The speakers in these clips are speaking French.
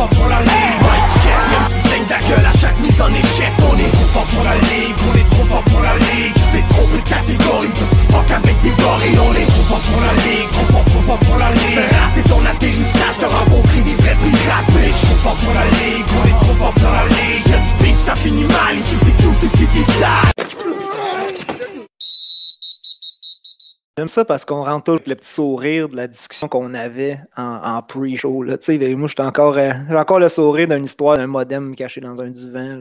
fort pour la ligue. Mic check, même si saigne ta gueule à chaque mise en échec. On est trop fort pour la ligue, on est trop fort pour la ligue. Tu t'es trompé de catégorie, petit fuck avec des gorilles. On est trop fort pour la ligue, trop fort pour la ligue. Rater ton atterrissage, t'as rencontré des vrais pirates. Mais je suis fort pour la ligue, on est trop fort pour la ligue. Y'a du beef, ça finit mal, ici c'est QCC des salles. J'aime ça parce qu'on rentre toujours avec le petit sourire de la discussion qu'on avait en pre-show. Là. Moi, j'ai encore le sourire d'une histoire d'un modem caché dans un divan.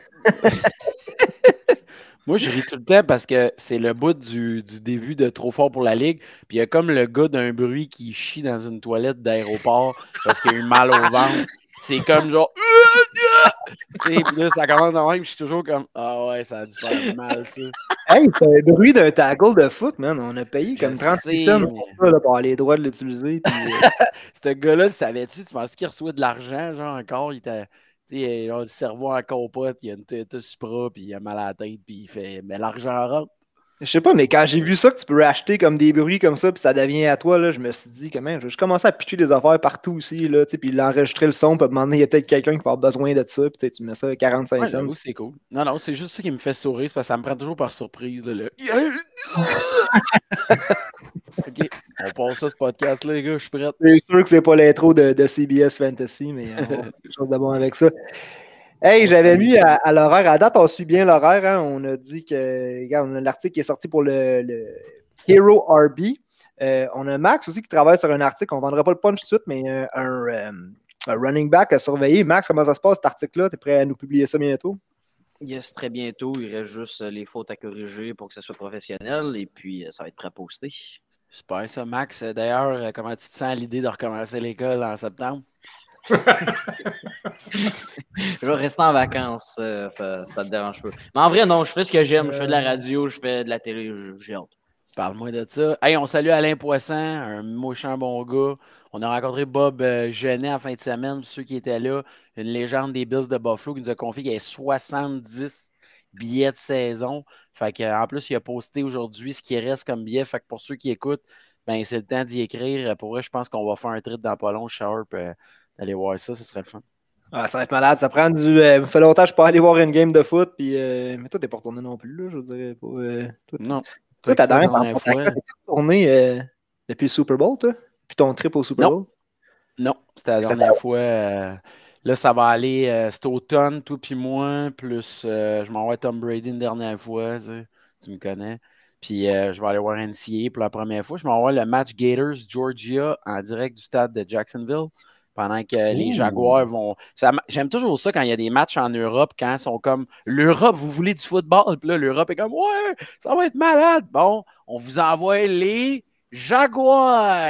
Moi, je ris tout le temps parce que c'est le bout du début de Trop fort pour la Ligue. Puis il y a comme le gars d'un bruit qui chie dans une toilette d'aéroport parce qu'il a eu mal au ventre. C'est comme genre... Puis là, ça commence dans même, je suis toujours comme ah ouais, ça a dû faire mal, ça. Hey, c'est un bruit d'un tackle de foot, man. On a payé comme 30 cents pour ça, là, pour avoir les droits de l'utiliser. Puis, ce gars-là, savais-tu penses qu'il reçoit de l'argent, genre encore, il était. Il a le cerveau encore pote, il a une tête supra, puis il a mal à la tête, puis il fait mais l'argent rentre. Je sais pas, mais quand j'ai vu ça, que tu peux racheter comme des bruits comme ça, puis ça devient à toi, là, je me suis dit, comment, je commençais à pitcher des affaires partout aussi, là, puis l'enregistrer le son, puis à un moment donné, il y a peut-être quelqu'un qui va avoir besoin de ça, puis tu mets ça à 45 cents. C'est cool. Non, c'est juste ça qui me fait sourire, c'est parce que ça me prend toujours par surprise, là. Ok, on passe ça, ce podcast-là, les gars, je suis prêt. C'est sûr que c'est pas l'intro de CBS Fantasy, mais on va faire quelque chose de bon avec ça. Hey, j'avais mis à l'horaire. À date, on suit bien l'horaire. Hein? On a dit que, regarde, on a l'article qui est sorti pour le Hero RB. On a Max aussi qui travaille sur un article. On ne vendra pas le punch tout de suite, mais un running back à surveiller. Max, comment ça se passe cet article-là? Tu es prêt à nous publier ça bientôt? Yes, très bientôt. Il reste juste les fautes à corriger pour que ça soit professionnel et puis ça va être prêt à poster. Super ça, Max. D'ailleurs, comment tu te sens à l'idée de recommencer l'école en septembre? Je vais rester en vacances, ça te dérange pas. Mais en vrai, non, je fais ce que j'aime. Je fais de la radio, je fais de la télé, j'ai hâte. Parle-moi de ça. Hey, on salue Alain Poisson, un méchant bon gars. On a rencontré Bob Genet en fin de semaine, pour ceux qui étaient là, une légende des Bills de Buffalo qui nous a confié qu'il y avait 70 billets de saison. Fait qu'en plus, il a posté aujourd'hui ce qui reste comme billet. Fait que pour ceux qui écoutent, ben c'est le temps d'y écrire. Pour vrai, je pense qu'on va faire un trip dans pas long, Sharp. D'aller voir ça, ce serait le fun. Ah, ça va être malade. Ça prend du. Ça fait longtemps que je peux pas aller voir une game de foot. Puis, mais toi, t'es pas retourné non plus, là, je dirais. Non. Toi, t'as dernière fois. T'es retourné depuis le Super Bowl, toi? Puis ton trip au Super Bowl? Non, c'était la dernière fois. Là, ça va aller. Cet automne, toi puis moi. Plus, je m'en vais Tom Brady une dernière fois. Tu me connais. Puis, je vais aller voir NCAA pour la première fois. Je m'en vais le match Gators-Georgia en direct du stade de Jacksonville. Pendant que les Jaguars vont... J'aime toujours ça quand il y a des matchs en Europe, quand ils sont comme « L'Europe, vous voulez du football? » Puis là, l'Europe est comme « Ouais, ça va être malade! » Bon, on vous envoie les Jaguars!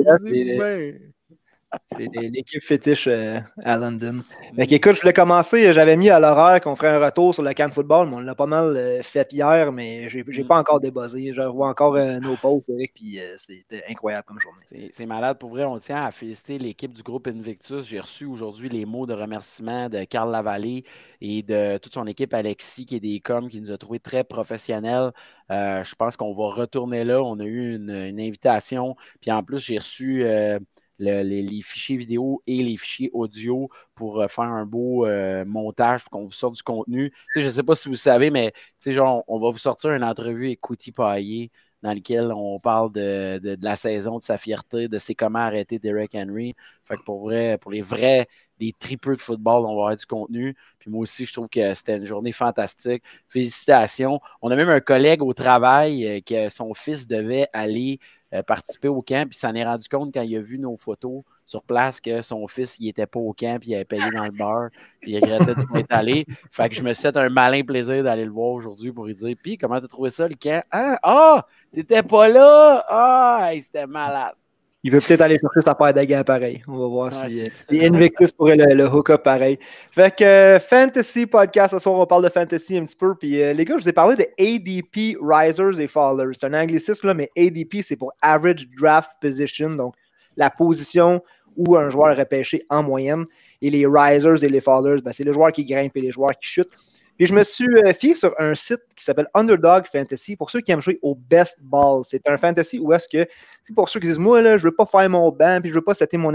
C'est l'équipe fétiche à London. Donc, écoute, je voulais commencer, j'avais mis à l'horaire qu'on ferait un retour sur le camp de football, mais on l'a pas mal fait hier, mais j'ai pas encore débuzzé. Je revois encore nos posts, puis c'était incroyable comme journée. C'est malade. Pour vrai, on tient à féliciter l'équipe du groupe Invictus. J'ai reçu aujourd'hui les mots de remerciement de Carl Lavallée et de toute son équipe, Alexis, qui est des coms, qui nous a trouvé très professionnels. Je pense qu'on va retourner là. On a eu une invitation, puis en plus, j'ai reçu... les fichiers vidéo et les fichiers audio pour faire un beau montage pour qu'on vous sorte du contenu. Je ne sais pas si vous savez, mais genre, on va vous sortir une entrevue avec Couty Paillé dans laquelle on parle de la saison, de sa fierté, de ses comment arrêter Derrick Henry. Fait que pour les tripeux de football, on va avoir du contenu. Puis moi aussi, je trouve que c'était une journée fantastique. Félicitations. On a même un collègue au travail que son fils devait aller participer au camp, puis s'en est rendu compte quand il a vu nos photos sur place que son fils, il était pas au camp, puis il avait payé dans le bar, puis il regrettait de pas être allé. Fait que je me suis fait un malin plaisir d'aller le voir aujourd'hui pour lui dire « Puis, comment t'as trouvé ça, le camp? Hein? Ah! T'étais pas là? Ah! Hey, c'était malade! » Il veut peut-être aller chercher sa paire de gants pareil. On va voir si Invictus pourrait le hook-up pareil. Fait que Fantasy Podcast, ce soir, on parle de Fantasy un petit peu. Puis les gars, je vous ai parlé de ADP Risers et Fallers. C'est un anglicisme, là, mais ADP, c'est pour Average Draft Position, donc la position où un joueur est repêché en moyenne. Et les Risers et les Fallers, ben, c'est les joueurs qui grimpent et les joueurs qui chutent. Puis je me suis fié sur un site qui s'appelle Underdog Fantasy pour ceux qui aiment jouer au best ball. C'est un fantasy où est-ce que, pour ceux qui disent « Moi, là, je veux pas faire mon banc puis je veux pas setter mon alignement »,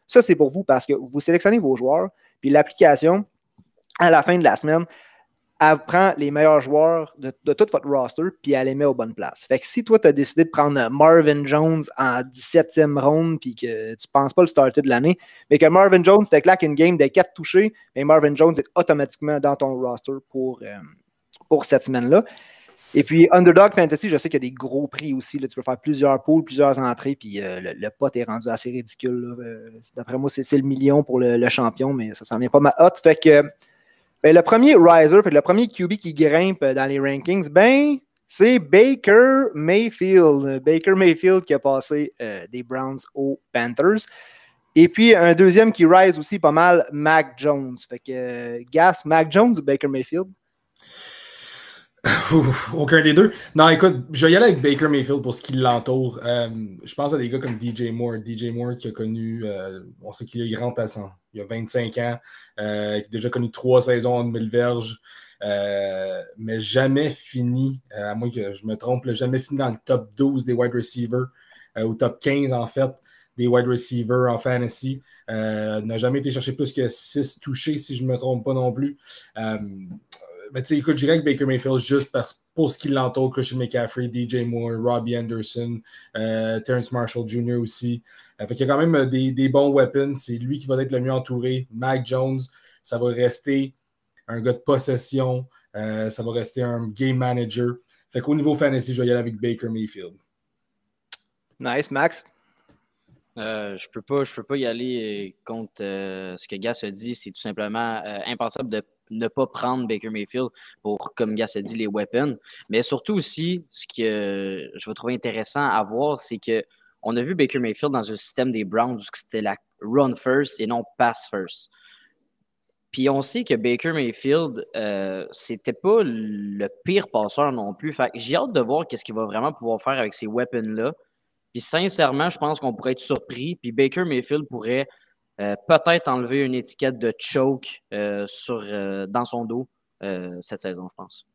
Ça, c'est pour vous parce que vous sélectionnez vos joueurs, puis l'application, à la fin de la semaine, elle prend les meilleurs joueurs de tout votre roster, puis elle les met aux bonnes places. Fait que si toi, tu as décidé de prendre Marvin Jones en 17e ronde, puis que tu ne penses pas le starter de l'année, mais que Marvin Jones te claque une game de 4 touchés, mais Marvin Jones est automatiquement dans ton roster pour cette semaine-là. Et puis, Underdog Fantasy, je sais qu'il y a des gros prix aussi. Là. Tu peux faire plusieurs pools, plusieurs entrées, puis le pot est rendu assez ridicule. D'après moi, c'est le million pour le champion, mais ça s'en vient pas mal hot. Fait que le premier riser, le premier QB qui grimpe dans les rankings, c'est Baker Mayfield. Baker Mayfield qui a passé des Browns aux Panthers. Et puis, un deuxième qui rise aussi pas mal, Mac Jones. Fait que, Gas, Mac Jones ou Baker Mayfield? Aucun des deux. Non, écoute, je vais y aller avec Baker Mayfield pour ce qui l'entoure. Je pense à des gars comme DJ Moore. DJ Moore qui a connu, on sait qu'il est grand passant. Il a 25 ans, qui a déjà connu 3 saisons en 1000 verges, mais jamais fini, à moins que je me trompe, jamais fini dans le top 12 des wide receivers, ou top 15 en fait, des wide receivers en fantasy. N'a jamais été chercher plus que 6 touchés, si je ne me trompe pas non plus. Ben, écoute, je dirais que Baker Mayfield, juste pour ce qui l'entoure, Christian McCaffrey, DJ Moore, Robbie Anderson, Terrence Marshall Jr. aussi. Fait qu'il y a quand même des bons weapons. C'est lui qui va être le mieux entouré. Mac Jones, ça va rester un gars de possession. Ça va rester un game manager. Fait qu'au niveau fantasy, je vais y aller avec Baker Mayfield. Nice, Max. Je peux pas y aller contre ce que Gas a dit. C'est tout simplement impensable de ne pas prendre Baker Mayfield pour, comme Gas a dit, les weapons. Mais surtout aussi, ce que je vais trouver intéressant à voir, c'est qu'on a vu Baker Mayfield dans un système des Browns où c'était la run first et non pass first. Puis on sait que Baker Mayfield, c'était pas le pire passeur non plus. Fait que j'ai hâte de voir qu'est-ce qu'il va vraiment pouvoir faire avec ces weapons-là. Puis sincèrement, je pense qu'on pourrait être surpris. Puis Baker Mayfield pourrait peut-être enlever une étiquette de choke dans son dos cette saison, je pense.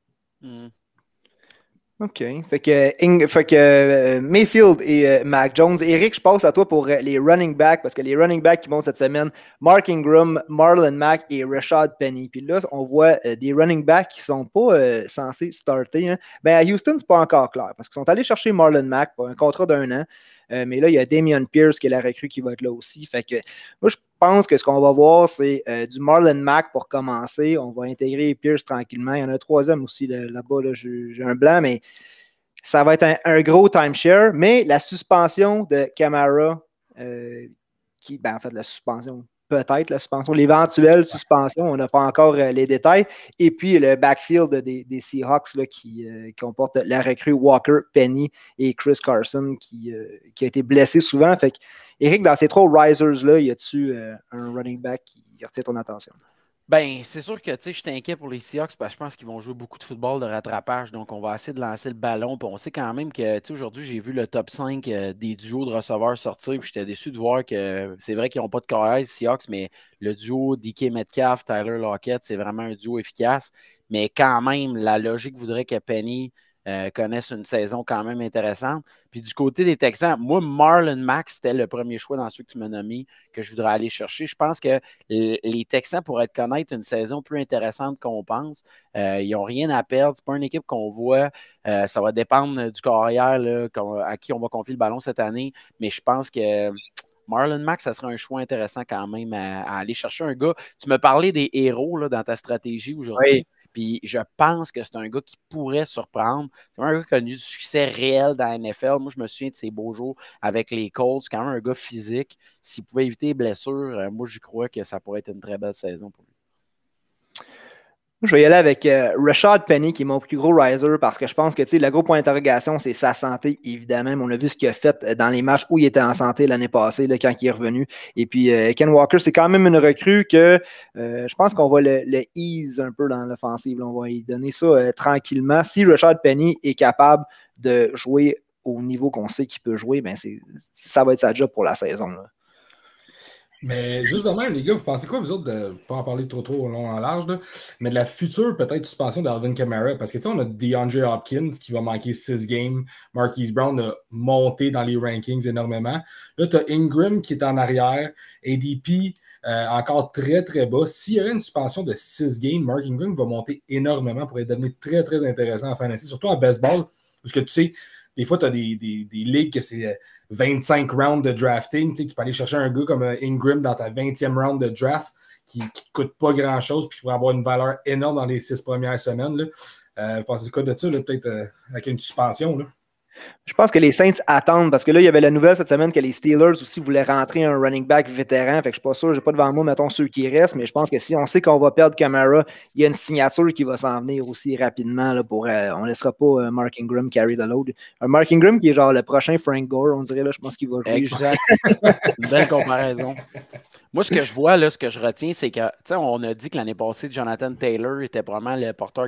OK. Fait que Mayfield et Mac Jones. Eric, je passe à toi pour les running backs, parce que les running backs qui montent cette semaine, Mark Ingram, Marlon Mack et Rashad Penny. Puis là, on voit des running backs qui ne sont pas censés starter. Hein. À Houston, c'est pas encore clair, parce qu'ils sont allés chercher Marlon Mack pour un contrat d'1 an. Mais là, il y a Dameon Pierce qui est la recrue qui va être là aussi. Fait que moi, je pense que ce qu'on va voir, c'est du Marlon Mack pour commencer. On va intégrer Pierce tranquillement. Il y en a un troisième aussi là-bas. Là, j'ai un blanc, mais ça va être un gros timeshare. Mais la suspension de Kamara, en fait, la suspension, peut-être la suspension, l'éventuelle suspension, on n'a pas encore les détails. Et puis le backfield des Seahawks là, qui comporte la recrue Walker, Penny et Chris Carson qui a été blessé souvent. Fait que, Eric, dans ces 3 risers-là, y a-tu un running back qui retient ton attention? C'est sûr que je suis inquiet pour les Seahawks parce que je pense qu'ils vont jouer beaucoup de football de rattrapage. Donc, on va essayer de lancer le ballon. Puis on sait quand même que aujourd'hui, j'ai vu le top 5 des duos de receveurs sortir. Puis j'étais déçu de voir que c'est vrai qu'ils n'ont pas de carrière, les Seahawks, mais le duo DK Metcalf, Tyler Lockett, c'est vraiment un duo efficace. Mais quand même, la logique voudrait que Penny connaissent une saison quand même intéressante. Puis du côté des Texans, moi, Marlon Mack, c'était le premier choix dans ceux que tu m'as nommés que je voudrais aller chercher. Je pense que les Texans pourraient connaître une saison plus intéressante qu'on pense. Ils n'ont rien à perdre. Ce n'est pas une équipe qu'on voit. Ça va dépendre du carrière là, à qui on va confier le ballon cette année. Mais je pense que Marlon Mack, ça serait un choix intéressant quand même à aller chercher un gars. Tu me parlais des héros là, dans ta stratégie aujourd'hui. Oui. Puis je pense que c'est un gars qui pourrait surprendre. C'est un gars qui a connu du succès réel dans la NFL. Moi, je me souviens de ses beaux jours avec les Colts. C'est quand même un gars physique. S'il pouvait éviter les blessures, moi, j'y crois que ça pourrait être une très belle saison pour lui. Je vais y aller avec Rashad Penny, qui est mon plus gros riser, parce que je pense que le gros point d'interrogation, c'est sa santé, évidemment. Mais on a vu ce qu'il a fait dans les matchs où il était en santé l'année passée, là, quand il est revenu. Et puis, Ken Walker, c'est quand même une recrue que je pense qu'on va le ease un peu dans l'offensive. On va lui donner ça tranquillement. Si Rashad Penny est capable de jouer au niveau qu'on sait qu'il peut jouer, ça va être sa job pour la saison. Là. Mais juste de même, les gars, vous pensez quoi, vous autres, de pas en parler trop au long en large, là, mais de la future peut-être suspension d'Alvin Kamara? Parce que tu sais, on a DeAndre Hopkins qui va manquer 6 games. Marquise Brown a monté dans les rankings énormément. Là, tu as Ingram qui est en arrière. ADP encore très, très bas. S'il y avait une suspension de 6 games, Mark Ingram va monter énormément pour devenir très, très intéressant en fantasy, surtout en baseball, parce que tu sais, des fois, tu as des ligues que c'est 25 rounds de drafting. Tu peux aller chercher un gars comme Ingram dans ta 20e round de draft qui ne coûte pas grand-chose puis qui pourrait avoir une valeur énorme dans les 6 premières semaines. Vous pensez quoi de ça, peut-être avec une suspension? Là? Je pense que les Saints attendent parce que là, il y avait la nouvelle cette semaine que les Steelers aussi voulaient rentrer un running back vétéran. Fait que je ne suis pas sûr, je n'ai pas devant moi, mettons, ceux qui restent, mais je pense que si on sait qu'on va perdre Kamara, il y a une signature qui va s'en venir aussi rapidement. Là, on ne laissera pas Mark Ingram carry the load. Un Mark Ingram qui est genre le prochain Frank Gore, on dirait, là, je pense qu'il va jouer. Exact. Une belle comparaison. Moi, ce que je vois, là, ce que je retiens, c'est que, tu sais, on a dit que l'année passée, Jonathan Taylor était probablement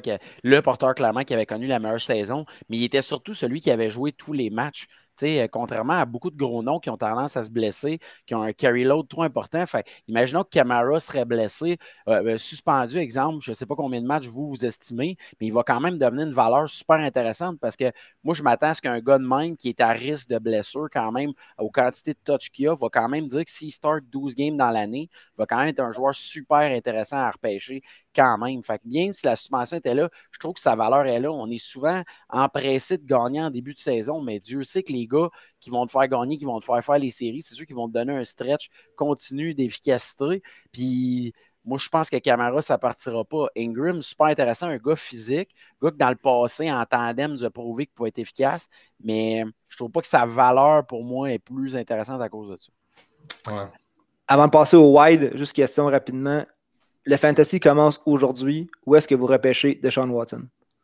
le porteur clairement qui avait connu la meilleure saison, mais il était surtout celui qui avait joué tous les matchs. Contrairement à beaucoup de gros noms qui ont tendance à se blesser, qui ont un carry load trop important. Fait, imaginons que Kamara serait blessé, suspendu, exemple, je ne sais pas combien de matchs vous estimez, mais il va quand même devenir une valeur super intéressante parce que moi, je m'attends à ce qu'un gars de même qui est à risque de blessure quand même, aux quantités de touch qu'il a, va quand même dire que s'il start 12 games dans l'année, il va quand même être un joueur super intéressant à repêcher quand même. Fait que bien si la suspension était là, je trouve que sa valeur est là. On est souvent empressé de gagner en début de saison, mais Dieu sait que les gars qui vont te faire gagner, qui vont te faire les séries, c'est ceux qui vont te donner un stretch continu d'efficacité. Puis moi, je pense que Kamara, ça ne partira pas. Ingram, super intéressant, un gars physique, un gars qui dans le passé, en tandem, nous a prouvé qu'il pouvait être efficace, mais je trouve pas que sa valeur, pour moi, est plus intéressante à cause de ça. Ouais. Avant de passer au wide, juste question rapidement. Le fantasy commence aujourd'hui. Où est-ce que vous repêchez Deshaun Watson?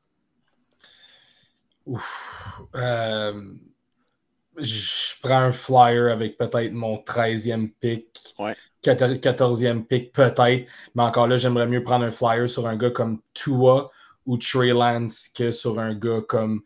Je prends un flyer avec peut-être mon 13e pick, 14e pick peut-être, mais encore là, j'aimerais mieux prendre un flyer sur un gars comme Tua ou Trey Lance que sur un gars comme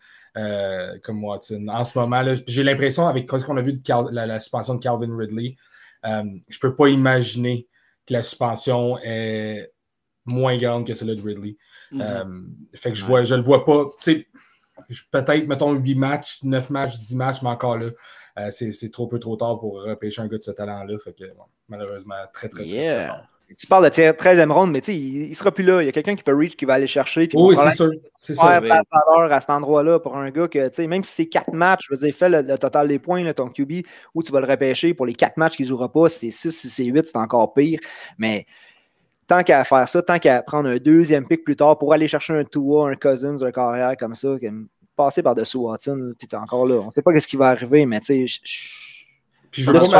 Watson. En ce moment, là, j'ai l'impression, avec ce qu'on a vu de la suspension de Calvin Ridley, je ne peux pas imaginer que la suspension est moins grande que celle de Ridley. Fait que je le vois pas. Peut-être, mettons, 8 matchs, 9 matchs, 10 matchs, mais encore là, c'est trop tard pour repêcher un gars de ce talent-là. Fait que, malheureusement, très tard. Tu parles de 13e ronde, mais il ne sera plus là. Il y a quelqu'un qui peut reach, qui va aller chercher. Puis oui, c'est sûr. C'est sûr. Faire la valeur à cet endroit-là pour un gars que, même si c'est 4 matchs, je veux dire, fais le total des points, là, ton QB, où tu vas le repêcher pour les 4 matchs qu'il ne jouera pas. Si c'est 6, si c'est 8, c'est encore pire. Mais tant qu'à faire ça, tant qu'à prendre un deuxième pick plus tard pour aller chercher un Tua, un Cousins, un carrière comme ça, passer par-dessus Watson, puis t'es encore là. On ne sait pas ce qui va arriver, mais tu sais, sur la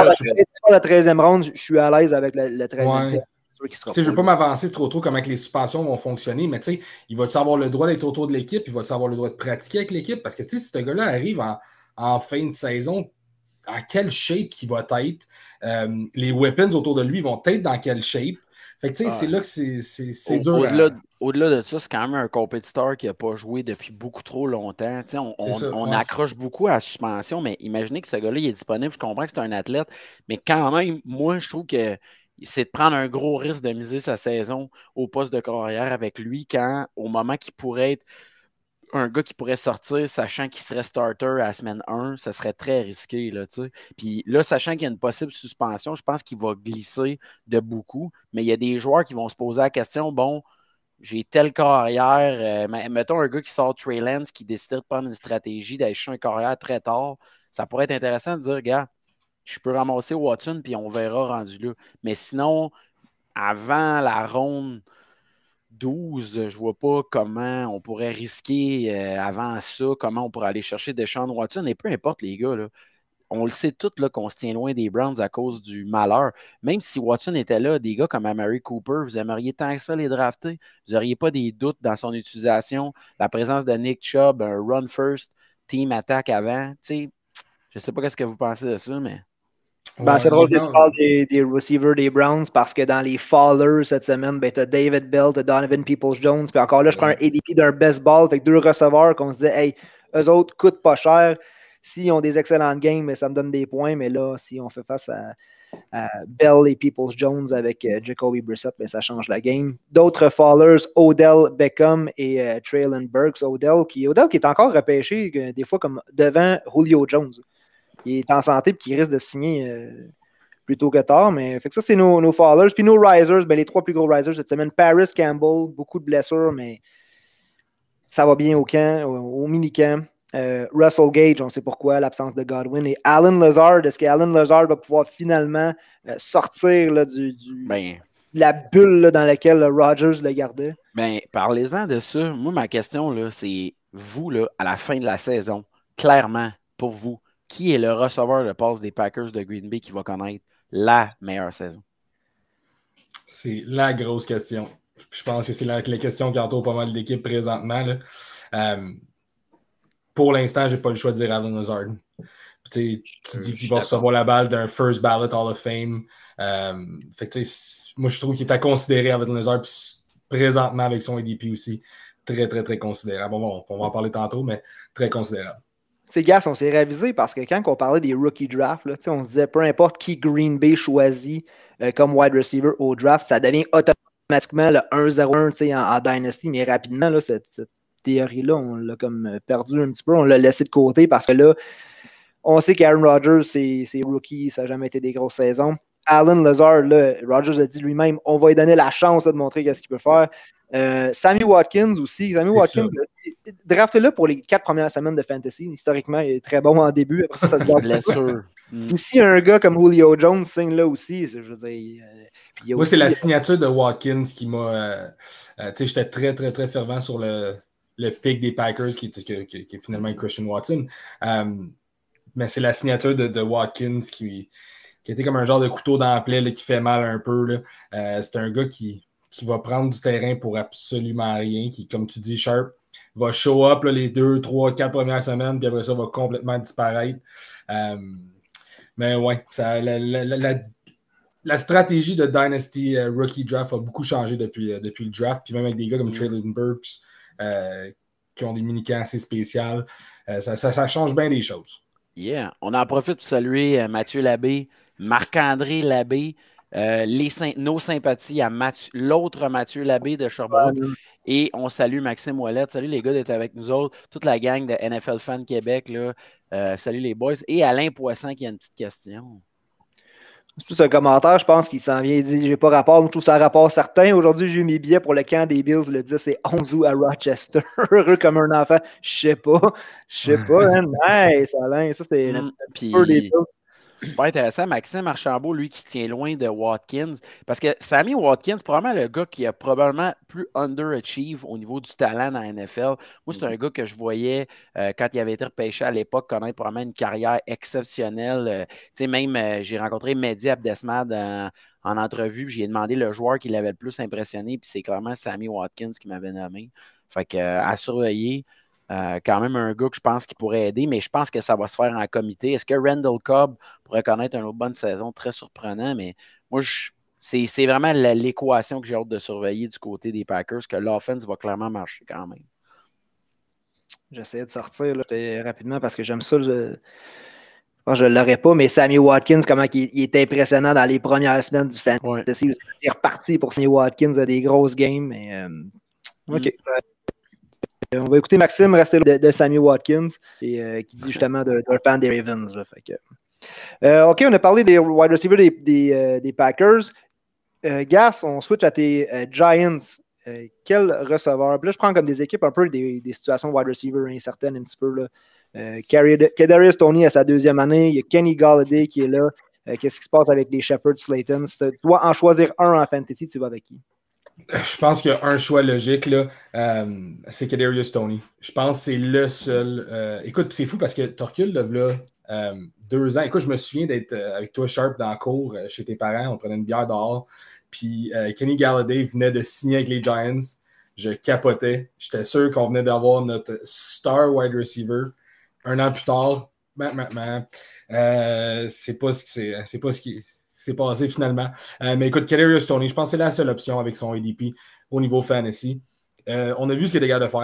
13e ronde, je suis à l'aise avec le 13e pick. Je ne veux pas m'avancer trop comme avec les suspensions vont fonctionner, mais il va-tu avoir le droit d'être autour de l'équipe, il va-tu avoir le droit de pratiquer avec l'équipe? Parce que si ce gars-là arrive en fin de saison, en quelle shape il va être? Les weapons autour de lui vont être dans quelle shape? Fait que c'est là que c'est dur. Au-delà de ça, c'est quand même un compétiteur qui n'a pas joué depuis beaucoup trop longtemps. On accroche beaucoup à la suspension, mais imaginez que ce gars-là il est disponible. Je comprends que c'est un athlète, mais quand même, moi, je trouve que c'est de prendre un gros risque de miser sa saison au poste de carrière avec lui quand, au moment qu'il pourrait être un gars qui pourrait sortir, sachant qu'il serait starter à la semaine 1, ça serait très risqué. Là, puis là, sachant qu'il y a une possible suspension, je pense qu'il va glisser de beaucoup. Mais il y a des joueurs qui vont se poser la question, bon, j'ai telle carrière, mettons un gars qui sort Trey Lance qui décide de prendre une stratégie d'aller chercher un carrière très tard, ça pourrait être intéressant de dire, gars, je peux ramasser Watson, puis on verra rendu là. Mais sinon, avant la ronde 12, je vois pas comment on pourrait risquer avant ça, comment on pourrait aller chercher Deshaun Watson. Et peu importe, les gars, là, on le sait tous qu'on se tient loin des Browns à cause du malheur. Même si Watson était là, des gars comme Amari Cooper, vous aimeriez tant que ça les drafter. Vous n'auriez pas des doutes dans son utilisation. La présence de Nick Chubb, un run first, team attack avant. Je ne sais pas ce que vous pensez de ça, mais... c'est drôle que tu parles des receivers des Browns parce que dans les fallers cette semaine, tu as David Bell, tu as Donovan Peoples-Jones, puis encore là, je prends un ADP d'un best ball avec 2 receveurs qu'on se disait, hey, eux autres coûtent pas cher. S'ils ont des excellentes games, ça me donne des points, mais là, si on fait face Bell et Peoples-Jones avec Jacoby Brissett, ben, ça change la game. D'autres fallers, Odell Beckham et Traylon Burks. Odell qui est encore repêché des fois comme devant Julio Jones. Il est en santé et qui risque de signer plutôt que tard. Mais fait que ça, c'est nos fallers. Puis nos risers, ben, les 3 plus gros risers cette semaine. Paris Campbell, beaucoup de blessures, mais ça va bien au camp, au mini-camp. Russell Gage, on sait pourquoi, l'absence de Godwin. Et Alan Lazard, est-ce qu'Alan Lazard va pouvoir finalement sortir là, de la bulle là, dans laquelle Rodgers le gardait? Ben, parlez-en de ça. Moi, ma question, là, c'est vous, là, à la fin de la saison, clairement, pour vous, qui est le receveur de passe des Packers de Green Bay qui va connaître la meilleure saison? C'est la grosse question. Je pense que c'est la question qui entoure pas mal d'équipes présentement. Là. Pour l'instant, je n'ai pas le choix de dire Alan Lazard. Tu dis qu'il va recevoir la balle d'un first ballot Hall of Fame. Moi, je trouve qu'il est à considérer Alan Lazard. Présentement, avec son ADP aussi, très, très, très considérable. Bon, on va en parler tantôt, mais très considérable. Ces gars, on s'est révisé parce que quand on parlait des rookie drafts, là, on se disait peu importe qui Green Bay choisit comme wide receiver au draft, ça devient automatiquement le 1-0-1 en Dynasty, mais rapidement, là, cette théorie-là, on l'a comme perdu un petit peu, on l'a laissé de côté parce que là, on sait qu'Aaron Rodgers, c'est rookie, ça n'a jamais été des grosses saisons. Alan Lazard, là, Rodgers a dit lui-même, on va lui donner la chance là, de montrer qu'est-ce qu'il peut faire. Sammy Watkins aussi. Sammy Watkins, draftez-le pour les 4 premières semaines de Fantasy. Historiquement, il est très bon en début. Après ça se garde. Blessure. Si un gars comme Julio Jones signe là aussi, je veux dire. Moi, c'est la signature de Watkins qui m'a. J'étais très, très, très fervent sur le pick des Packers qui est finalement Christian Watson. Mais c'est la signature de Watkins qui était comme un genre de couteau dans la plaie là, qui fait mal un peu. Là. C'est un gars qui va prendre du terrain pour absolument rien, qui, comme tu dis, Sharp, va show up là, les 2, 3, 4 premières semaines, puis après ça, va complètement disparaître. Mais ouais, la stratégie de Dynasty Rookie Draft a beaucoup changé depuis le draft, puis même avec des gars comme Traylon Burks qui ont des mini-camps assez spéciales, ça change bien les choses. Yeah, on en profite pour saluer Mathieu Labbé, Marc-André Labbé, nos sympathies à l'autre Mathieu Labbé de Sherbrooke. Et on salue Maxime Ouellette. Salut les gars d'être avec nous autres. Toute la gang de NFL Fan Québec. Là. Salut les boys. Et Alain Poisson qui a une petite question. C'est plus un commentaire, je pense qu'il s'en vient. Il dit j'ai pas rapport, je trouve ça un rapport certain. Aujourd'hui, j'ai eu mes billets pour le camp des Bills le 10 et 11 août à Rochester. Heureux comme un enfant. Je sais pas. Hein? Nice, Alain. Ça, c'est peu des Bills. Super intéressant. Maxime Archambault, lui, qui se tient loin de Watkins. Parce que Sammy Watkins, probablement le gars qui a probablement plus underachieve au niveau du talent dans la NFL. Moi, c'est un gars que je voyais quand il avait été repêché à l'époque connaître probablement une carrière exceptionnelle. J'ai rencontré Mehdi Abdesmad en entrevue. J'ai demandé le joueur qui l'avait le plus impressionné. Puis c'est clairement Sammy Watkins qui m'avait nommé. Fait que à surveiller. Quand même un gars que je pense qu'il pourrait aider, mais je pense que ça va se faire en comité. Est-ce que Randall Cobb pourrait connaître une autre bonne saison? Très surprenant, mais moi, c'est vraiment l'équation que j'ai hâte de surveiller du côté des Packers, que l'offense va clairement marcher quand même. J'essaie de sortir là, rapidement parce que j'aime ça. Je ne l'aurais pas, mais Sammy Watkins, comment il est impressionnant dans les premières semaines du Fantasy. Ouais. Il est reparti pour Sammy Watkins à des grosses games. Mais, OK. On va écouter Maxime rester de Sammy Watkins et qui dit justement d'un fan des Ravens. Là, fait que, OK, on a parlé des wide receivers des Packers. Gas, on switch à tes Giants. Quel receveur? Puis là, je prends comme des équipes un peu des situations wide receiver incertaines un petit peu. Là. Kadarius Toney à sa 2e année. Il y a Kenny Golladay qui est là. Qu'est-ce qui se passe avec les Shepherds Slayton? Si tu dois en choisir un en fantasy, tu vas avec qui? Je pense qu'il y a un choix logique, là, c'est Kadarius Toney. Je pense que c'est le seul. Écoute, c'est fou parce que tu recules là, 2 ans. Écoute, je me souviens d'être avec toi, Sharp, dans la cour chez tes parents. On prenait une bière dehors. Puis Kenny Golladay venait de signer avec les Giants. Je capotais. J'étais sûr qu'on venait d'avoir notre star wide receiver. 1 an plus tard, c'est pas ce qui s'est passé finalement. Mais écoute, Kadarius Toney, je pense que c'est la seule option avec son ADP au niveau fantasy. On a vu ce qu'il était capable de faire.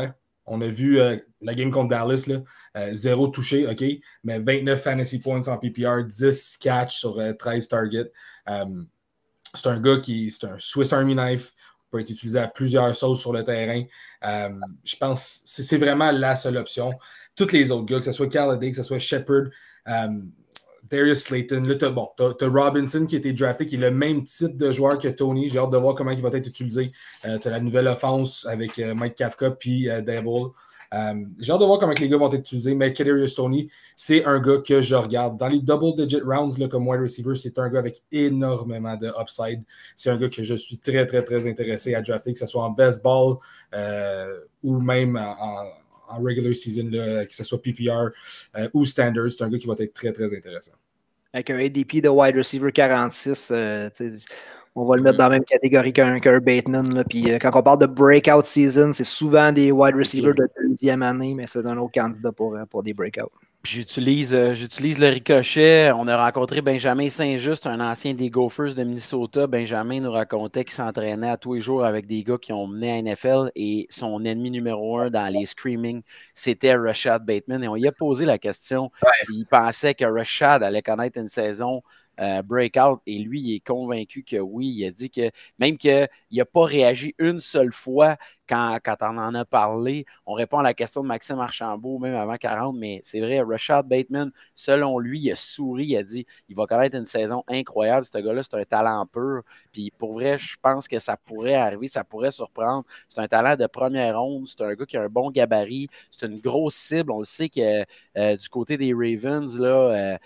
On a vu la game contre Dallas, là, 0 touché, OK, mais 29 fantasy points en PPR, 10 catch sur 13 targets. C'est un gars c'est un Swiss Army knife, peut être utilisé à plusieurs sauces sur le terrain. Je pense que c'est vraiment la seule option. Tous les autres gars, que ce soit Calladay, que ce soit Shepard, Darius Slayton, là, t'as Robinson qui a été drafté, qui est le même type de joueur que Tony. J'ai hâte de voir comment il va être utilisé. T'as la nouvelle offense avec Mike Kafka puis Dable. J'ai hâte de voir comment les gars vont être utilisés, mais Kadarius Toney, c'est un gars que je regarde. Dans les double-digit rounds là, comme wide receiver, c'est un gars avec énormément de upside. C'est un gars que je suis très, très, très intéressé à drafter, que ce soit en best ball ou même en regular season, là, que ce soit PPR ou standard. C'est un gars qui va être très, très intéressant. Avec un ADP de wide receiver 46, on va le mettre dans la même catégorie qu'un Bateman. Là. Puis quand on parle de breakout season, c'est souvent des wide receivers de deuxième année, mais c'est un autre candidat pour des breakouts. J'utilise le ricochet. On a rencontré Benjamin Saint-Just, un ancien des Gophers de Minnesota. Benjamin nous racontait qu'il s'entraînait à tous les jours avec des gars qui ont mené à NFL et son ennemi numéro 1 dans les screaming, c'était Rashad Bateman. Et on lui a posé la question s'il pensait que Rashad allait connaître une saison breakout, et lui, il est convaincu que oui. Il a dit que même qu'il n'a pas réagi une seule fois quand on en a parlé. On répond à la question de Maxime Archambault, même avant 40, mais c'est vrai, Rashad Bateman, selon lui, il a souri, il a dit il va connaître une saison incroyable. Ce gars-là, c'est un talent pur. Puis pour vrai, je pense que ça pourrait arriver, ça pourrait surprendre. C'est un talent de première ronde, c'est un gars qui a un bon gabarit, c'est une grosse cible. On le sait que du côté des Ravens, là,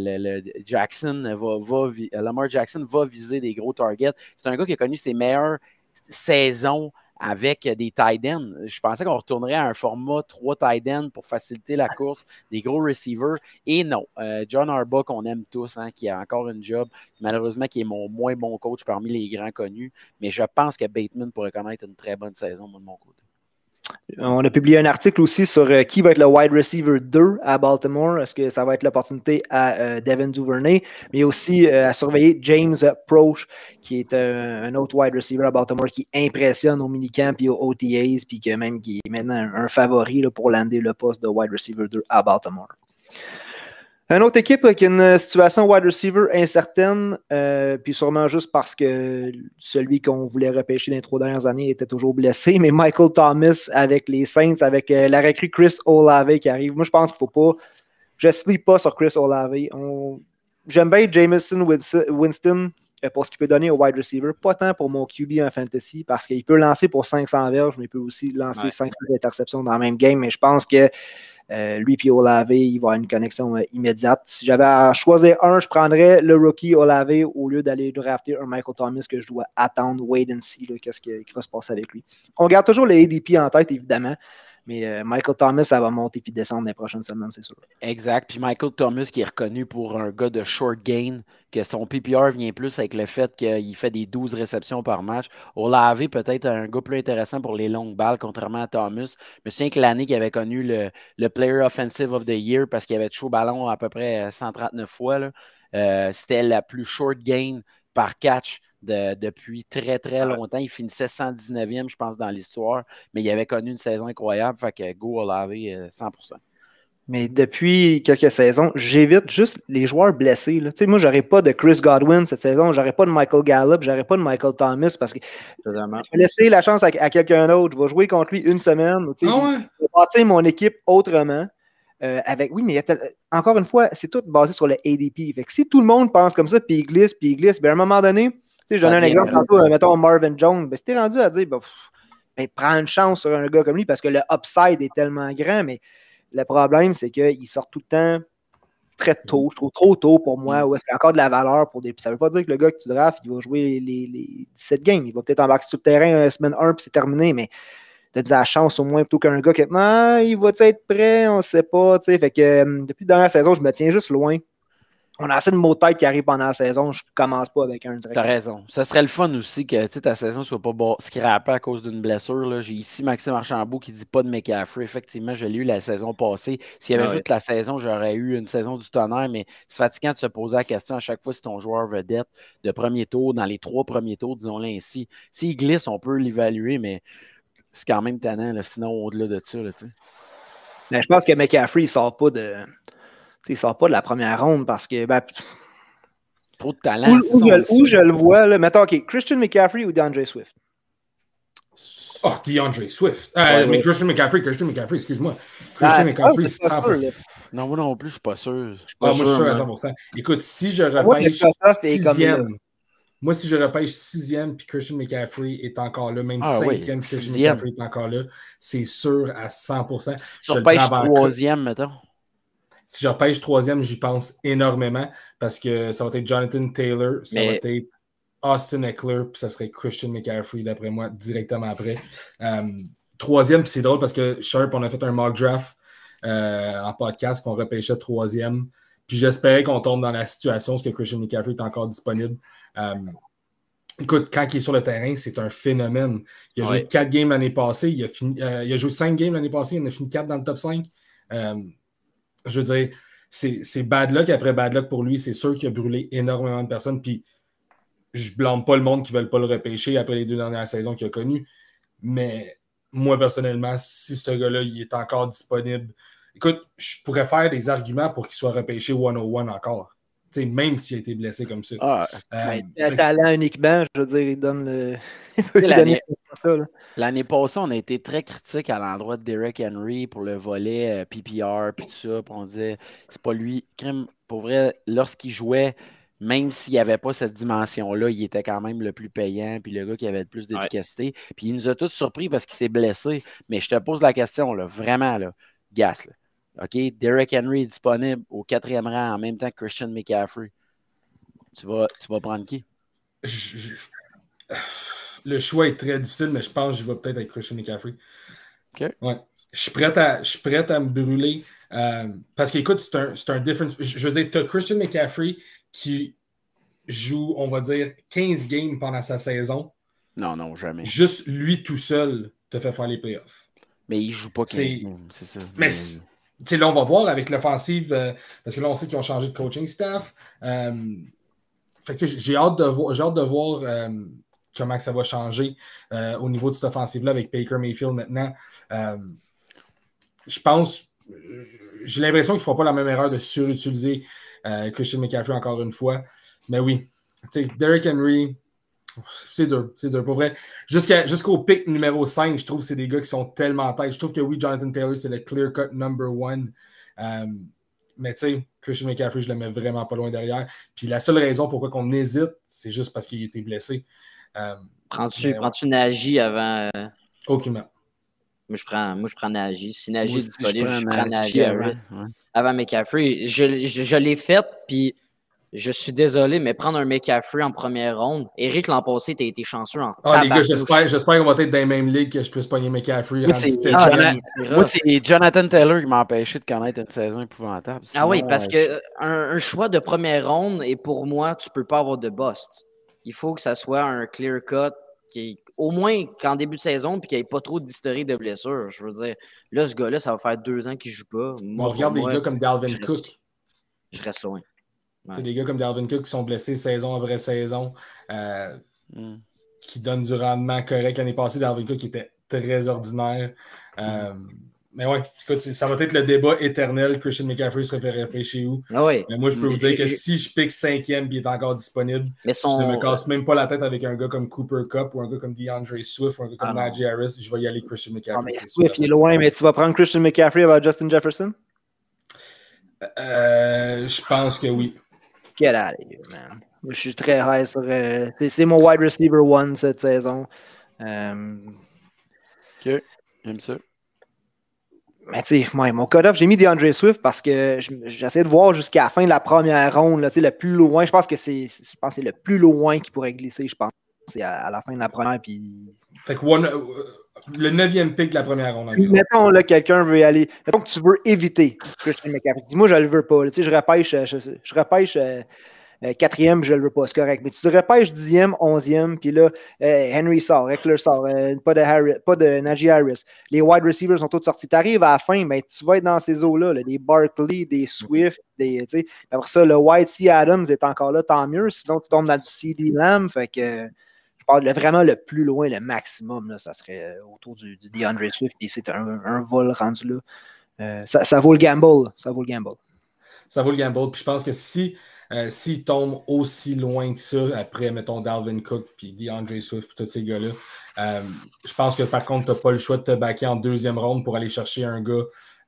Lamar Jackson va viser des gros targets. C'est un gars qui a connu ses meilleures saisons avec des tight ends. Je pensais qu'on retournerait à un format 3 tight ends pour faciliter la course, des gros receivers. Et non, John Harbaugh, qu'on aime tous, hein, qui a encore une job, malheureusement, qui est mon moins bon coach parmi les grands connus. Mais je pense que Bateman pourrait connaître une très bonne saison, moi, de mon côté. On a publié un article aussi sur qui va être le wide receiver 2 à Baltimore. Est-ce que ça va être l'opportunité à Devin Duvernay, mais aussi à surveiller James Proche, qui est un autre wide receiver à Baltimore qui impressionne au minicamp et aux OTAs, puis qui est maintenant un favori là, pour lander le poste de wide receiver 2 à Baltimore. Une autre équipe qui a une situation wide receiver incertaine, puis sûrement juste parce que celui qu'on voulait repêcher dans les 3 dernières années était toujours blessé, mais Michael Thomas avec les Saints, avec la recrue Chris Olave qui arrive. Moi, je pense qu'il ne faut pas... Je ne sleep pas sur Chris Olave. J'aime bien Jameson Winston pour ce qu'il peut donner au wide receiver. Pas tant pour mon QB en fantasy, parce qu'il peut lancer pour 500 verges, mais il peut aussi lancer 500 interceptions dans le même game, mais je pense que lui et Olave, il va avoir une connexion immédiate. Si j'avais à choisir un, je prendrais le rookie Olave au lieu d'aller drafter un Michael Thomas que je dois attendre, wait and see, qu'est-ce qui va se passer avec lui. On garde toujours les ADP en tête, évidemment, mais Michael Thomas, ça va monter puis descendre dans les prochaines semaines, c'est sûr. Exact. Puis Michael Thomas qui est reconnu pour un gars de short gain, que son PPR vient plus avec le fait qu'il fait des 12 réceptions par match. Olave peut-être un gars plus intéressant pour les longues balles, contrairement à Thomas. Je me souviens que l'année qu'il avait connu le Player Offensive of the Year, parce qu'il avait touché au ballon à peu près 139 fois, là, c'était la plus short gain par catch depuis très, très longtemps. Il finissait 119e, je pense, dans l'histoire, mais il avait connu une saison incroyable. Fait que go Olave, 100%. Mais depuis quelques saisons, j'évite juste les joueurs blessés. Là. Moi, j'aurais pas de Chris Godwin cette saison, j'aurais pas de Michael Gallup, j'aurais pas de Michael Thomas parce que je vais laisser la chance à quelqu'un d'autre. Je vais jouer contre lui une semaine. Je vais bâtir mon équipe autrement. Oui, mais encore une fois, c'est tout basé sur le ADP. Fait que si tout le monde pense comme ça, puis il glisse, ben à un moment donné, je donne un exemple tantôt, mettons Marvin Jones, si t'es rendu à dire, prends une chance sur un gars comme lui parce que le upside est tellement grand, mais le problème, c'est qu'il sort tout le temps très tôt. Je trouve trop tôt pour moi. Où est-ce qu'il y a encore de la valeur pour des. Ça ne veut pas dire que le gars que tu drafts, il va jouer les 17 games. Il va peut-être embarquer sur le terrain semaine 1 puis c'est terminé, mais tu as de la chance au moins plutôt qu'un gars qui il va être prêt, on ne sait pas. Fait que depuis la dernière saison, je me tiens juste loin. On a assez de mots de tête qui arrivent pendant la saison. Je ne commence pas avec un direct. Tu as raison. Ça serait le fun aussi que ta saison ne soit pas scrappée à cause d'une blessure. J'ai ici Maxime Archambault qui ne dit pas de McCaffrey. Effectivement, je l'ai eu la saison passée. S'il y avait juste la saison, j'aurais eu une saison du tonnerre, mais c'est fatigant de se poser la question à chaque fois si ton joueur vedette de premier tour, dans les 3 premiers tours, disons-le ainsi. S'il glisse, on peut l'évaluer, mais c'est quand même tannant, là, sinon au-delà de ça. Là, mais je pense que McCaffrey, il sort pas de la première ronde parce que trop de talent. Où je le vois, là, mettons, OK, Christian McCaffrey ou DeAndre Swift? Oh, DeAndre Swift. Mais Christian McCaffrey, excuse-moi. Christian McCaffrey, 100%. Non, moi non plus, je suis pas sûr. Moi, je suis sûr à 100%. Écoute, si je repêche sixième, moi, si je repêche sixième puis Christian McCaffrey est encore là, même cinquième puis Christian McCaffrey est encore là, c'est sûr à 100%. Si tu repêches troisième, mettons. Si je repêche troisième, j'y pense énormément parce que ça va être Jonathan Taylor, ça va être Austin Eckler, puis ça serait Christian McCaffrey, d'après moi, directement après. Troisième, puis c'est drôle parce que Sharp, on a fait un mock draft en podcast qu'on repêchait troisième. Puis j'espérais qu'on tombe dans la situation où Christian McCaffrey est encore disponible. Écoute, quand il est sur le terrain, c'est un phénomène. Il a joué 4 games l'année passée. Il a joué 5 games l'année passée. Il en a fini 4 dans le top 5. Je veux dire, c'est bad luck après bad luck pour lui. C'est sûr qu'il a brûlé énormément de personnes. Puis je blâme pas le monde qui ne veulent pas le repêcher après les 2 dernières saisons qu'il a connues. Mais moi, personnellement, si ce gars-là il est encore disponible, écoute, je pourrais faire des arguments pour qu'il soit repêché 101 encore. T'sais, même s'il a été blessé comme ça. Talent uniquement, je veux dire, il donne le. L'année passée, on a été très critique à l'endroit de Derrick Henry pour le volet PPR puis tout ça. Puis on disait, c'est pas lui. Pour vrai, lorsqu'il jouait, même s'il n'y avait pas cette dimension-là, il était quand même le plus payant, puis le gars qui avait le plus d'efficacité. Puis il nous a tous surpris parce qu'il s'est blessé. Mais je te pose la question, là, vraiment, là, Gas, là. OK, Derrick Henry est disponible au 4e rang en même temps que Christian McCaffrey. Tu vas prendre qui? Le choix est très difficile, mais je pense que je vais peut-être avec Christian McCaffrey. OK. Ouais. Je suis prêt à me brûler. Parce qu'écoute, c'est un difference. Je veux dire, tu as Christian McCaffrey qui joue, on va dire, 15 games pendant sa saison. Non, jamais. Juste lui tout seul te fait faire les playoffs. Mais il ne joue pas 15 games, c'est ça. Mais là, on va voir avec l'offensive, parce que là, on sait qu'ils ont changé de coaching staff. Fait que j'ai hâte de voir comment ça va changer au niveau de cette offensive-là avec Baker Mayfield maintenant. Je pense, j'ai l'impression qu'ils ne feront pas la même erreur de surutiliser Christian McCaffrey encore une fois. Mais oui, Derrick Henry, c'est dur. Pour vrai, jusqu'au pick numéro 5, je trouve que c'est des gars qui sont tellement en tête. Je trouve que oui, Jonathan Taylor, c'est le clear-cut number 1. Mais tu sais, Christian McCaffrey, je le mets vraiment pas loin derrière. Puis la seule raison pourquoi on hésite, c'est juste parce qu'il a été blessé. Prends-tu Nagy avant? Aucunement. Moi, je prends Nagy. Si Nagy est disponible, je prends Nagy avant McCaffrey. Je l'ai fait, puis je suis désolé, mais prendre un McCaffrey en première ronde, Eric, l'an passé, t'as été chanceux en les gars, j'espère qu'on va être dans les mêmes ligues que je puisse pogner McCaffrey. Moi, c'est Jonathan Taylor qui m'a empêché de connaître une saison épouvantable. Sinon, oui, parce qu'un choix de première ronde, et pour moi, tu peux pas avoir de bust. Il faut que ça soit un clear cut qui est au moins qu'en début de saison puis qu'il n'y ait pas trop d'historique de blessures. Je veux dire, là, ce gars-là, ça va faire 2 ans qu'il ne joue pas. On regarde des gars comme Dalvin Cook. Je reste loin. C'est des gars comme Dalvin Cook qui sont blessés saison après saison, qui donnent du rendement correct. L'année passée, Dalvin Cook était très ordinaire. Mais ouais, écoute, ça va être le débat éternel. Christian McCaffrey se référerait chez où? Oui. Mais moi, je peux vous dire que si je pique 5e et il est encore disponible, je ne me casse même pas la tête avec un gars comme Cooper Kupp ou un gars comme DeAndre Swift ou un gars comme Najee Harris. Je vais y aller Christian McCaffrey. Swift, il est loin, mais tu vas prendre Christian McCaffrey avant Justin Jefferson? Je pense que oui. Get out of here, man. Je suis très high sur. C'est mon wide receiver 1 cette saison. OK, j'aime ça. Mais tu sais, mon cut-off, j'ai mis DeAndre Swift parce que j'essaie de voir jusqu'à la fin de la première ronde, là, le plus loin. Je pense que c'est le plus loin qui pourrait glisser, je pense. C'est à la fin de la première. Puis... Fait que le 9e pick de la première ronde. Mettons, là, quelqu'un veut y aller. Mettons que tu veux éviter Christian McCaffrey. Dis-moi, je le veux pas. Je repêche 4e, je le veux pas, c'est correct. Mais tu te repêches 10e, 11e, puis là, Henry sort, Eckler sort, pas de Najee Harris. Les wide receivers sont tous sortis. Tu arrives à la fin, ben, tu vas être dans ces eaux-là, des Barkley, des Swift, après ça, le Whitey Adams est encore là, tant mieux. Sinon, tu tombes dans du CD Lamb. Fait que je parle vraiment le plus loin, le maximum, là, ça serait autour du DeAndre Swift, et c'est un vol rendu là. Ça vaut le gamble. Ça vaut le gamble. Ça vaut le gamble. Puis je pense que s'il tombe aussi loin que ça, après, mettons, Dalvin Cook, puis DeAndre Swift, puis tous ces gars-là, je pense que par contre, tu n'as pas le choix de te backer en deuxième ronde pour aller chercher un gars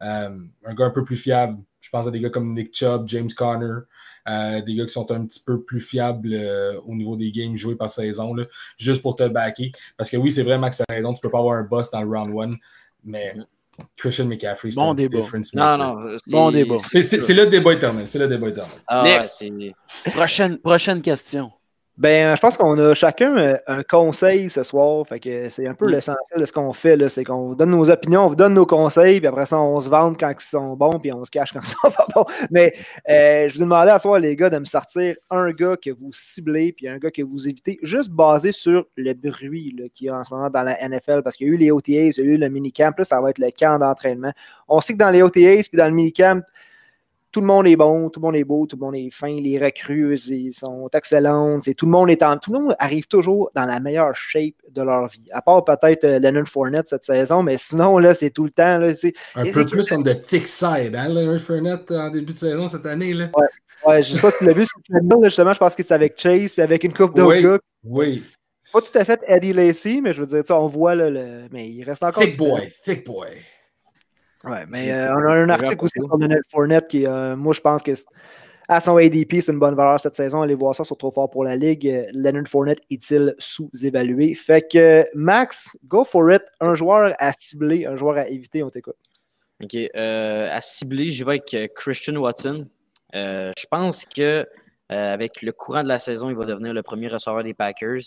un peu plus fiable. Je pense à des gars comme Nick Chubb, James Conner, des gars qui sont un petit peu plus fiables au niveau des games joués par saison, là, juste pour te backer. Parce que oui, c'est vrai, Max, tu as raison, tu peux pas avoir un boss dans le round 1, mais Christian McCaffrey, c'est bon un débat. difference maker. Non, bon débat. C'est le débat éternel. C'est le débat éternel. Next. Prochaine question. Ben, je pense qu'on a chacun un conseil ce soir. Fait que c'est un peu l'essentiel de ce qu'on fait, là. C'est qu'on vous donne nos opinions, on vous donne nos conseils, puis après ça, on se vante quand ils sont bons, puis on se cache quand ils sont pas bons. Mais je vous ai demandé à soir, les gars, de me sortir un gars que vous ciblez, puis un gars que vous évitez, juste basé sur le bruit qu'il y a en ce moment dans la NFL, parce qu'il y a eu les OTAs, il y a eu le minicamp, là, ça va être le camp d'entraînement. On sait que dans les OTAs, puis dans le minicamp, tout le monde est bon, tout le monde est beau, tout le monde est fin, les recrues ils sont excellentes, tout le monde arrive toujours dans la meilleure shape de leur vie. À part peut-être Leonard Fournette cette saison, mais sinon, là, c'est tout le temps. Là, un peu plus on the thick side, hein, Leonard Fournette en début de saison cette année. Là. Ouais, je ne sais pas si tu l'as vu sur Twitter, justement, je pense que c'est avec Chase puis avec une coupe d'autres gars. Oui. Pas tout à fait Eddie Lacy, mais je veux dire, on voit là, mais il reste encore. Thick boy. Ouais, mais on a un article aussi sur Leonard Fournette qui, moi, je pense que à son ADP, c'est une bonne valeur cette saison. Allez voir ça sur Trop Fort pour la Ligue. Leonard Fournette est-il sous-évalué? Fait que, Max, go for it. Un joueur à cibler, un joueur à éviter, on t'écoute. OK. À cibler, je vais avec Christian Watson. Je pense que avec le courant de la saison, il va devenir le premier receveur des Packers.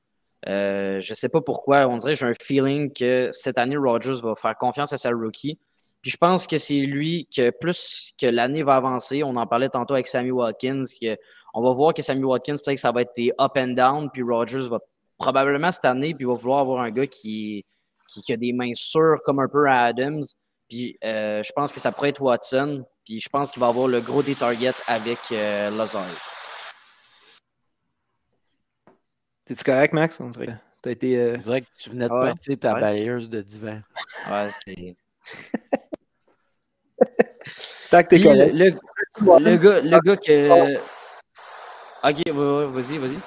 Je ne sais pas pourquoi. On dirait que j'ai un feeling que cette année, Rodgers va faire confiance à sa rookie. Puis je pense que c'est lui que plus que l'année va avancer, on en parlait tantôt avec Sammy Watkins, on va voir que Sammy Watkins, peut-être que ça va être des up and down, puis Rodgers va probablement cette année, puis va vouloir avoir un gars qui a des mains sûres comme un peu à Adams. Puis je pense que ça pourrait être Watson, puis je pense qu'il va avoir le gros des targets avec Lazare. T'es-tu correct, Max? On dirait que On dirait que tu venais de partir ta balayeuse de divan. Ouais, c'est... Tant que t'es correct. Le gars que... OK, vas-y.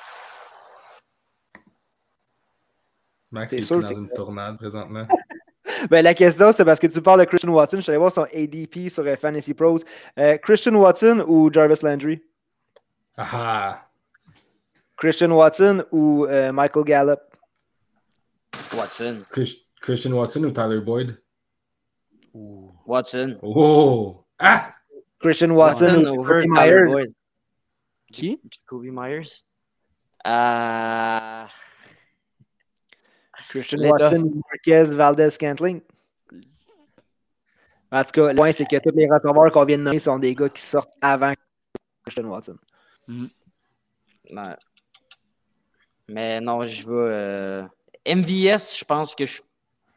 Max est dans une tornade présentement. Ben, la question, c'est parce que tu parles de Christian Watson. Je suis allé voir son ADP sur Fantasy Pros. Christian Watson ou Jarvis Landry? Ah! Christian Watson ou Michael Gallup? Watson. Christian Watson ou Tyler Boyd? Watson. Oh! Ah! Christian Watson ou over Jacoby Tyler Myers? Boyd. Qui? Jacoby Myers. Christian Watson ou Marquez Valdez-Scantling? En tout cas, le point, c'est que tous les receveurs qu'on vient de nommer sont des gars qui sortent avant Christian Watson. Ouais. Mais non, je veux... MVS, je pense que je...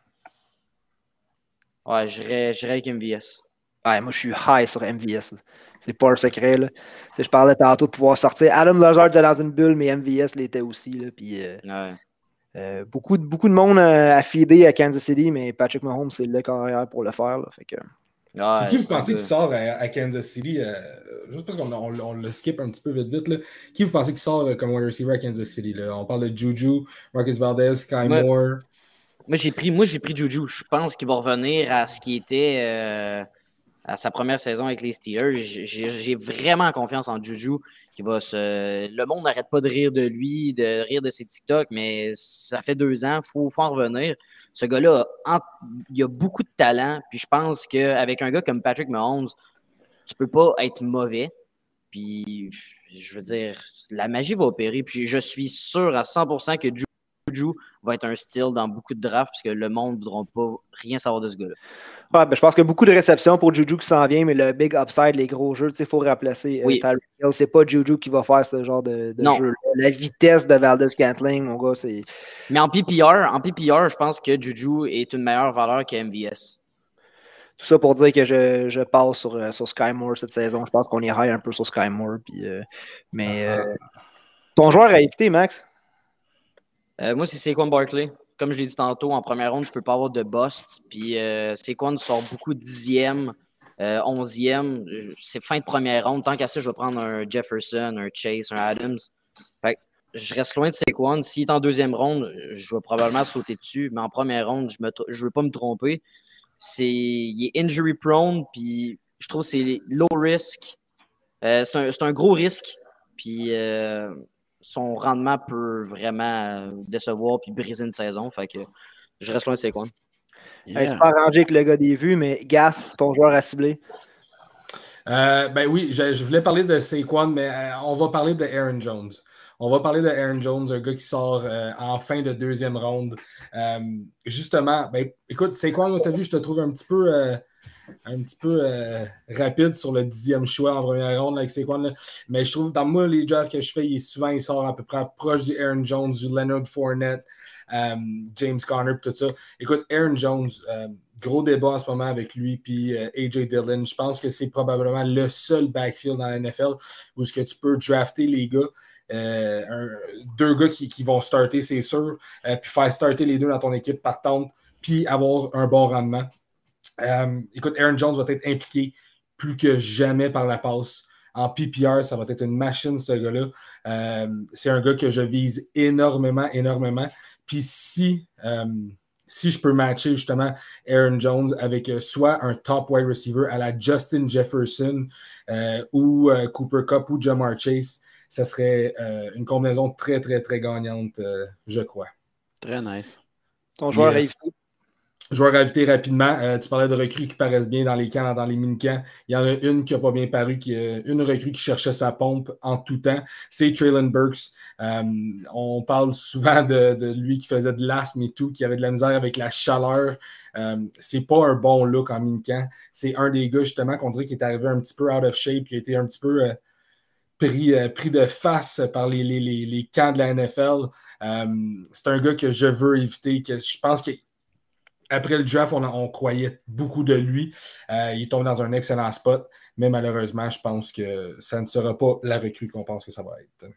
Ouais, j'irais avec MVS. Ouais, moi, je suis high sur MVS. C'est pas un secret. Là. Je parlais tantôt de pouvoir sortir. Adam Lazard était dans une bulle, mais MVS l'était aussi. Là, puis, beaucoup de monde a feedé à Kansas City, mais Patrick Mahomes, c'est le carrière pour le faire. Là, fait que... c'est qui vous pensez qui sort à Kansas City? Juste parce qu'on le skip un petit peu vite. Là. Qui vous pensez qui sort comme wide receiver à Kansas City? Là? On parle de Juju, Marcus Valdez, Sky Moore. Moi, j'ai pris Juju. Je pense qu'il va revenir à ce qui était à sa première saison avec les Steelers. J'ai vraiment confiance en Juju. Le monde n'arrête pas de rire de lui, de rire de ses TikTok, mais ça fait 2 ans. Faut en revenir. Ce gars-là, il a beaucoup de talent. Puis je pense qu'avec un gars comme Patrick Mahomes, tu peux pas être mauvais. Puis, je veux dire, la magie va opérer. Puis je suis sûr à 100% que Juju va être un steal dans beaucoup de drafts parce que le monde ne voudra pas rien savoir de ce gars-là. Ouais, ben, je pense qu'il y a beaucoup de réceptions pour Juju qui s'en vient, mais le big upside, les gros jeux, il faut remplacer Tyreek Hill. C'est pas Juju qui va faire ce genre de jeu. La vitesse de Valdez-Scantling, mon gars, c'est... Mais en PPR, je pense que Juju est une meilleure valeur que MVS. Tout ça pour dire que je passe sur Sky Moore cette saison. Je pense qu'on est high un peu sur Sky Moore. Puis, ton joueur à éviter, Max? Moi, c'est Saquon Barkley. Comme je l'ai dit tantôt, en première ronde, tu ne peux pas avoir de bust. Puis Saquon sort beaucoup de 10e, 11e. C'est fin de première ronde. Tant qu'à ça, je vais prendre un Jefferson, un Chase, un Adams. Fait que je reste loin de Saquon. S'il est en deuxième ronde, je vais probablement sauter dessus. Mais en première ronde, je ne veux pas me tromper. Il est injury prone. Puis je trouve que c'est low risk. C'est un gros risque. Puis son rendement peut vraiment décevoir puis briser une saison. Fait que je reste loin de Saquon. Yeah. C'est pas arrangé avec le gars des vues, mais Gas, ton joueur à cibler. Ben oui, je voulais parler de Saquon, mais on va parler de Aaron Jones. On va parler de Aaron Jones, un gars qui sort en fin de deuxième ronde. Justement, ben, écoute, Saquon, tu as vu, je te trouve un petit peu rapide sur le 10e choix en première ronde avec Saquon. Là. Mais je trouve, dans moi, les drafts que je fais, il sort à peu près proche du Aaron Jones, du Leonard Fournette, James Conner, tout ça. Écoute, Aaron Jones, gros débat en ce moment avec lui puis A.J. Dillon. Je pense que c'est probablement le seul backfield dans la NFL où ce que tu peux drafter les gars. Deux gars qui vont starter, c'est sûr, puis faire starter les deux dans ton équipe partante, puis avoir un bon rendement. Écoute, Aaron Jones va être impliqué plus que jamais par la passe. En PPR, ça va être une machine, ce gars-là. C'est un gars que je vise énormément. Puis si je peux matcher justement Aaron Jones avec soit un top wide receiver à la Justin Jefferson ou Cooper Kupp ou Ja'Marr Chase, ça serait une combinaison très, très, très gagnante, je crois. Très nice. Ton joueur à éviter? Joueur à éviter rapidement. Tu parlais de recrues qui paraissent bien dans les camps, dans les mini-camps. Il y en a une qui n'a pas bien paru, une recrue qui cherchait sa pompe en tout temps. C'est Traylon Burks. On parle souvent de lui qui faisait de l'asthme et tout, qui avait de la misère avec la chaleur. C'est pas un bon look en mini-camp. C'est un des gars, justement, qu'on dirait qui est arrivé un petit peu out of shape, qui a été un petit peu pris de face par les camps de la NFL. C'est un gars que je veux éviter, que je pense que après le draft, on croyait beaucoup de lui. Il tombe dans un excellent spot, mais malheureusement, je pense que ça ne sera pas la recrue qu'on pense que ça va être.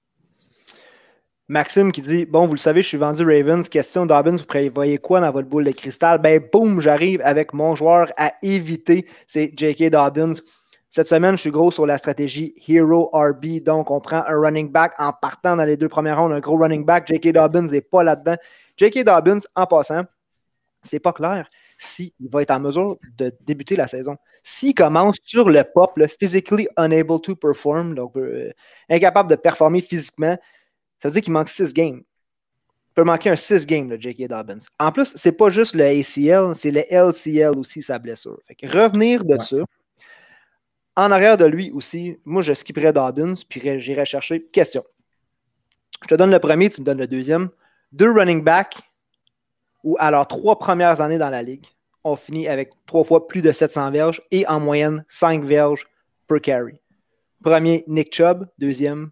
Maxime qui dit, bon, vous le savez, je suis vendu Ravens. Question Dobbins, vous prévoyez quoi dans votre boule de cristal? Ben, boum, j'arrive avec mon joueur à éviter. C'est J.K. Dobbins. Cette semaine, je suis gros sur la stratégie Hero RB. Donc, on prend un running back en partant dans les 2 premières rondes, un gros running back. J.K. Dobbins n'est pas là-dedans. J.K. Dobbins, en passant, c'est pas clair s'il va être en mesure de débuter la saison. S'il commence sur le pop, le physically unable to perform, donc incapable de performer physiquement, ça veut dire qu'il manque 6 games. Il peut manquer un 6 games, le J.K. Dobbins. En plus, c'est pas juste le ACL, c'est le LCL aussi, sa blessure. Fait que revenir de ça, en arrière de lui aussi, moi, je skipperais Dobbins, puis j'irais chercher. Question. Je te donne le premier, tu me donnes le deuxième. 2 running backs où, à leurs 3 premières années dans la ligue, on finit avec 3 fois plus de 700 verges et en moyenne 5 verges per carry. Premier, Nick Chubb. Deuxième,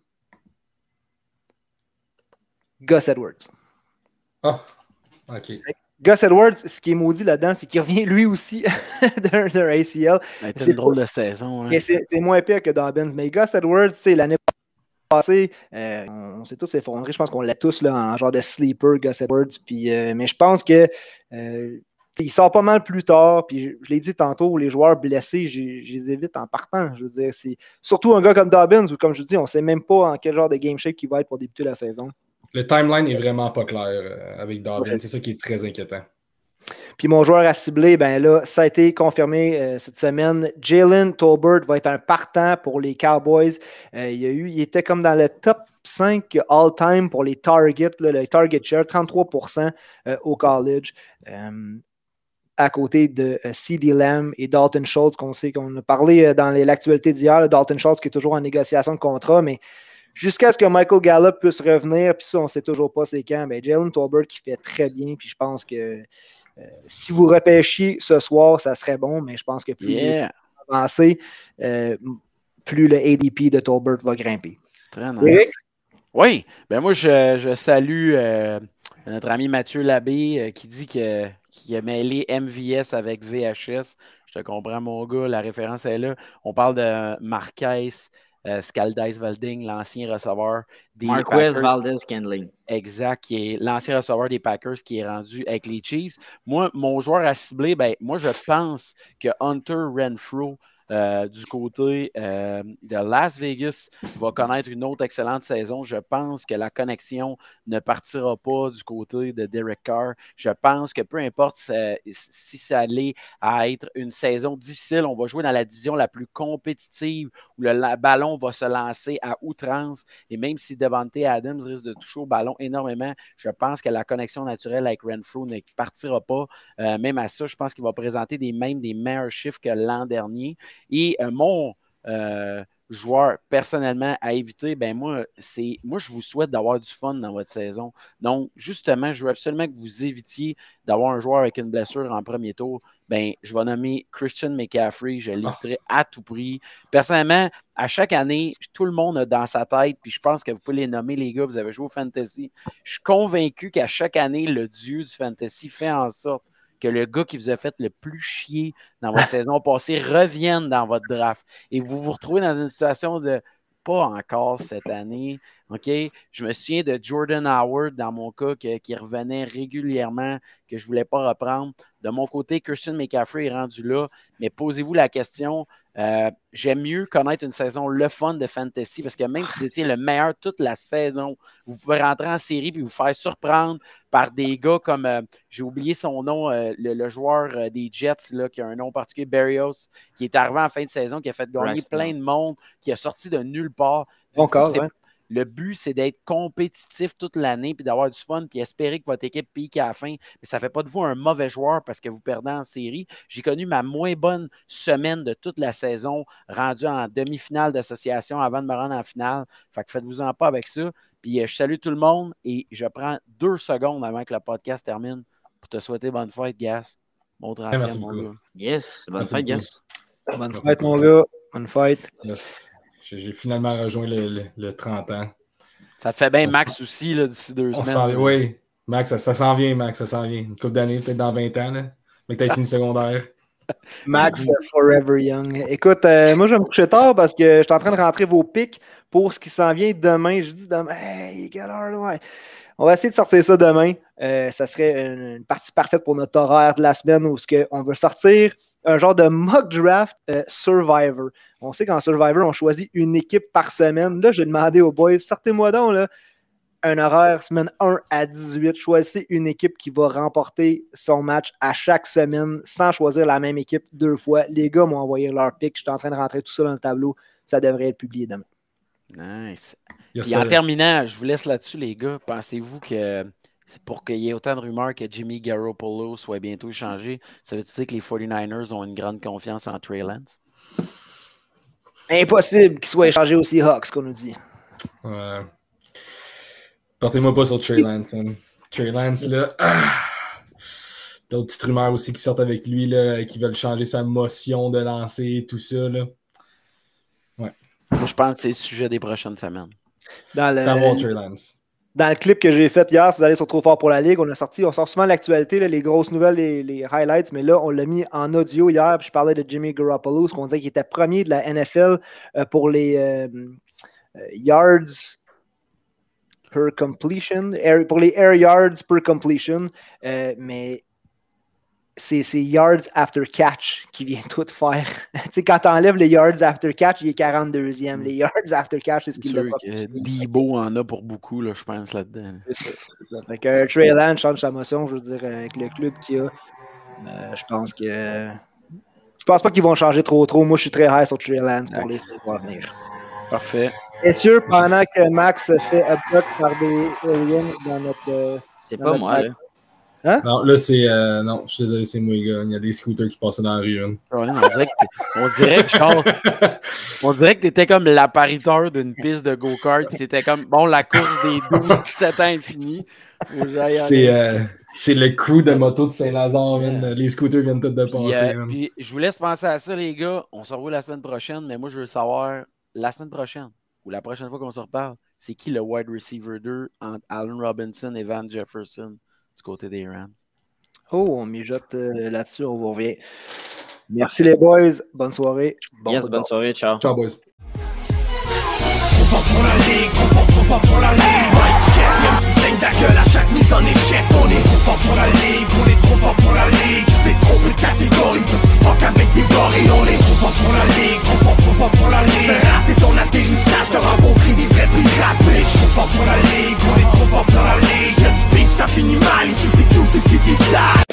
Gus Edwards. Ah, OK. Gus Edwards, ce qui est maudit là-dedans, c'est qu'il revient lui aussi d'un ACL. C'est une drôle de saison. Hein. C'est moins pire que Dobbins. Mais Gus Edwards, l'année passée, on s'est tous effondrés. Je pense qu'on l'a tous là, en genre de sleeper, Gus Edwards. Puis, mais je pense que il sort pas mal plus tard. Puis je l'ai dit tantôt, les joueurs blessés, je les évite en partant. Je veux dire, c'est surtout un gars comme Dobbins, où, comme je dis, on ne sait même pas en quel genre de game shape il va être pour débuter la saison. Le timeline est vraiment pas clair avec Dobbins. Ouais. C'est ça qui est très inquiétant. Puis mon joueur à cibler, ben là, ça a été confirmé cette semaine. Jalen Tolbert va être un partant pour les Cowboys. Il était comme dans le top 5 all-time pour les targets, le target share, 33% au college. À côté de CeeDee Lamb et Dalton Schultz, qu'on a parlé dans l'actualité d'hier. Dalton Schultz qui est toujours en négociation de contrat, mais jusqu'à ce que Michael Gallup puisse revenir, puis ça, on ne sait toujours pas c'est quand, mais Jalen Tolbert qui fait très bien, puis je pense que si vous repêchiez ce soir, ça serait bon, mais je pense que plus avancé, plus le ADP de Tolbert va grimper. Très nice. Oui, ben moi, je salue notre ami Mathieu Labbé qui dit qu'il a mêlé MVS avec VHS. Je te comprends, mon gars, la référence est là. On parle de Marquez, Scaldise-Valding, l'ancien receveur des Marquez Packers. Valdez-Scantling. Exact, qui est l'ancien receveur des Packers qui est rendu avec les Chiefs. Moi, mon joueur à cibler, moi, je pense que Hunter Renfrow, du côté de Las Vegas, va connaître une autre excellente saison. Je pense que la connexion ne partira pas du côté de Derek Carr. Je pense que peu importe si ça allait à être une saison difficile, on va jouer dans la division la plus compétitive où le ballon va se lancer à outrance. Et même si Devontae Adams risque de toucher au ballon énormément, je pense que la connexion naturelle avec Renfrow ne partira pas. Même à ça, je pense qu'il va présenter des meilleurs chiffres que l'an dernier. Et mon joueur personnellement à éviter, moi, je vous souhaite d'avoir du fun dans votre saison. Donc, justement, je veux absolument que vous évitiez d'avoir un joueur avec une blessure en premier tour. Je vais nommer Christian McCaffrey, je l'éviterai à tout prix. Personnellement, à chaque année, tout le monde a dans sa tête, puis je pense que vous pouvez les nommer, les gars, vous avez joué au fantasy. Je suis convaincu qu'à chaque année, le dieu du fantasy fait en sorte que le gars qui vous a fait le plus chier dans votre saison passée revienne dans votre draft. Et vous vous retrouvez dans une situation de pas encore cette année. OK? Je me souviens de Jordan Howard, dans mon cas, qui revenait régulièrement, que je ne voulais pas reprendre. De mon côté, Christian McCaffrey est rendu là. Mais posez-vous la question, j'aime mieux connaître une saison le fun de fantasy parce que même si vous étiez le meilleur toute la saison, vous pouvez rentrer en série et vous faire surprendre par des gars comme, j'ai oublié son nom, le joueur des Jets là, qui a un nom particulier, Berrios, qui est arrivé en fin de saison, qui a fait gagner plein de monde, qui a sorti de nulle part. Le but, c'est d'être compétitif toute l'année, puis d'avoir du fun, puis espérer que votre équipe pique à la fin. Mais ça ne fait pas de vous un mauvais joueur parce que vous perdez en série. J'ai connu ma moins bonne semaine de toute la saison, rendue en demi-finale d'association avant de me rendre en finale. Fait que faites-vous-en pas avec ça. Puis je salue tout le monde et je prends 2 secondes avant que le podcast termine pour te souhaiter bonne fête, Gas. Bon 30e, mon gars. Yes, bonne fête, Gas. Bonne fête, mon gars. Bonne fête. Yes. J'ai finalement rejoint le 30 ans. Ça te fait bien Max aussi là, d'ici 2 semaines. Oui, Max, ça s'en vient, Max, ça s'en vient. Une couple d'années, peut-être dans 20 ans. Là. Mais que tu as fini secondaire. Max Forever Young. Écoute, moi je vais me coucher tard parce que je suis en train de rentrer vos pics pour ce qui s'en vient demain. Je dis demain, hey, quelle heure là? Ouais. On va essayer de sortir ça demain. Ça serait une partie parfaite pour notre horaire de la semaine où on veut sortir un genre de mock draft Survivor. On sait qu'en Survivor, on choisit une équipe par semaine. Là, j'ai demandé aux boys, sortez-moi donc là, un horaire semaine 1 à 18. Choisissez une équipe qui va remporter son match à chaque semaine sans choisir la même équipe 2 fois. Les gars m'ont envoyé leur pick. Je suis en train de rentrer tout ça dans le tableau. Ça devrait être publié demain. Nice. Et en terminant, je vous laisse là-dessus, les gars. Pensez-vous que c'est pour qu'il y ait autant de rumeurs que Jimmy Garoppolo soit bientôt échangé, ça veut-tu dire que les 49ers ont une grande confiance en Trey Lance? Impossible qu'il soit échangé aux Seahawks, qu'on nous dit. Portez-moi pas sur Trey Lance. Trey Lance, là. D'autres petites rumeurs aussi qui sortent avec lui, là, qui veulent changer sa motion de lancer, tout ça, là. Ouais. Moi, je pense que c'est le sujet des prochaines semaines. Dans le clip que j'ai fait hier, si vous allez sur Trop Fort pour la Ligue, on sort souvent l'actualité, là, les grosses nouvelles, les highlights, mais là, on l'a mis en audio hier, puis je parlais de Jimmy Garoppolo, ce qu'on disait qu'il était premier de la NFL pour les yards per completion, pour les air yards per completion, mais c'est yards after catch qui vient tout faire. Tu sais, quand tu enlèves les yards after catch, il est 42e. Les yards after catch, c'est ce qu'il a pas. Debo en a pour beaucoup, là, je pense, là-dedans. C'est ça. Fait que Trey Lance change sa motion, je veux dire, avec le club qu'il a. Je pense que... Je pense pas qu'ils vont changer trop. Moi, je suis très high sur Trey Lance pour les voir venir. Parfait. Bien sûr, pendant que Max se fait upload par des aliens dans notre... c'est pas moi, là. Hein? Non, là, c'est... non, je suis désolé, c'est moi, gars. Il y a des scooters qui passaient dans la rue. Hein. On dirait que t'étais comme l'appariteur d'une piste de go-kart. Puis t'étais comme, bon, la course des 12-17 ans est finie. C'est le crew de moto de Saint-Lazare. Les scooters viennent tous de passer. Puis, je vous laisse penser à ça, les gars. On se revoit la semaine prochaine. Mais moi, je veux savoir, la semaine prochaine, ou la prochaine fois qu'on se reparle, c'est qui le wide receiver 2 entre Allen Robinson et Van Jefferson du côté des Rams? Oh, on mijote là-dessus, on vous revient. Merci les boys, bonne soirée. Bonne soirée, ciao. Ciao boys. trop fort pour la ligue, trop fort pour la ligue. Mic check, même si saigne ta gueule à chaque mise en échec. On est trop fort pour la ligue, on est trop fort pour la ligue. Tu t'es trompé de catégorie, petit fuck avec des gorilles. On est trop fort pour la ligue, trop fort pour la ligue. Fais rater ton atterrissage, t'as rencontré des vrais pirates. Mais je suis trop fort pour la ligue, on est trop fort pour la ligue. Si y'a du beef, ça finit mal, ici c'est Q, c'est des salles.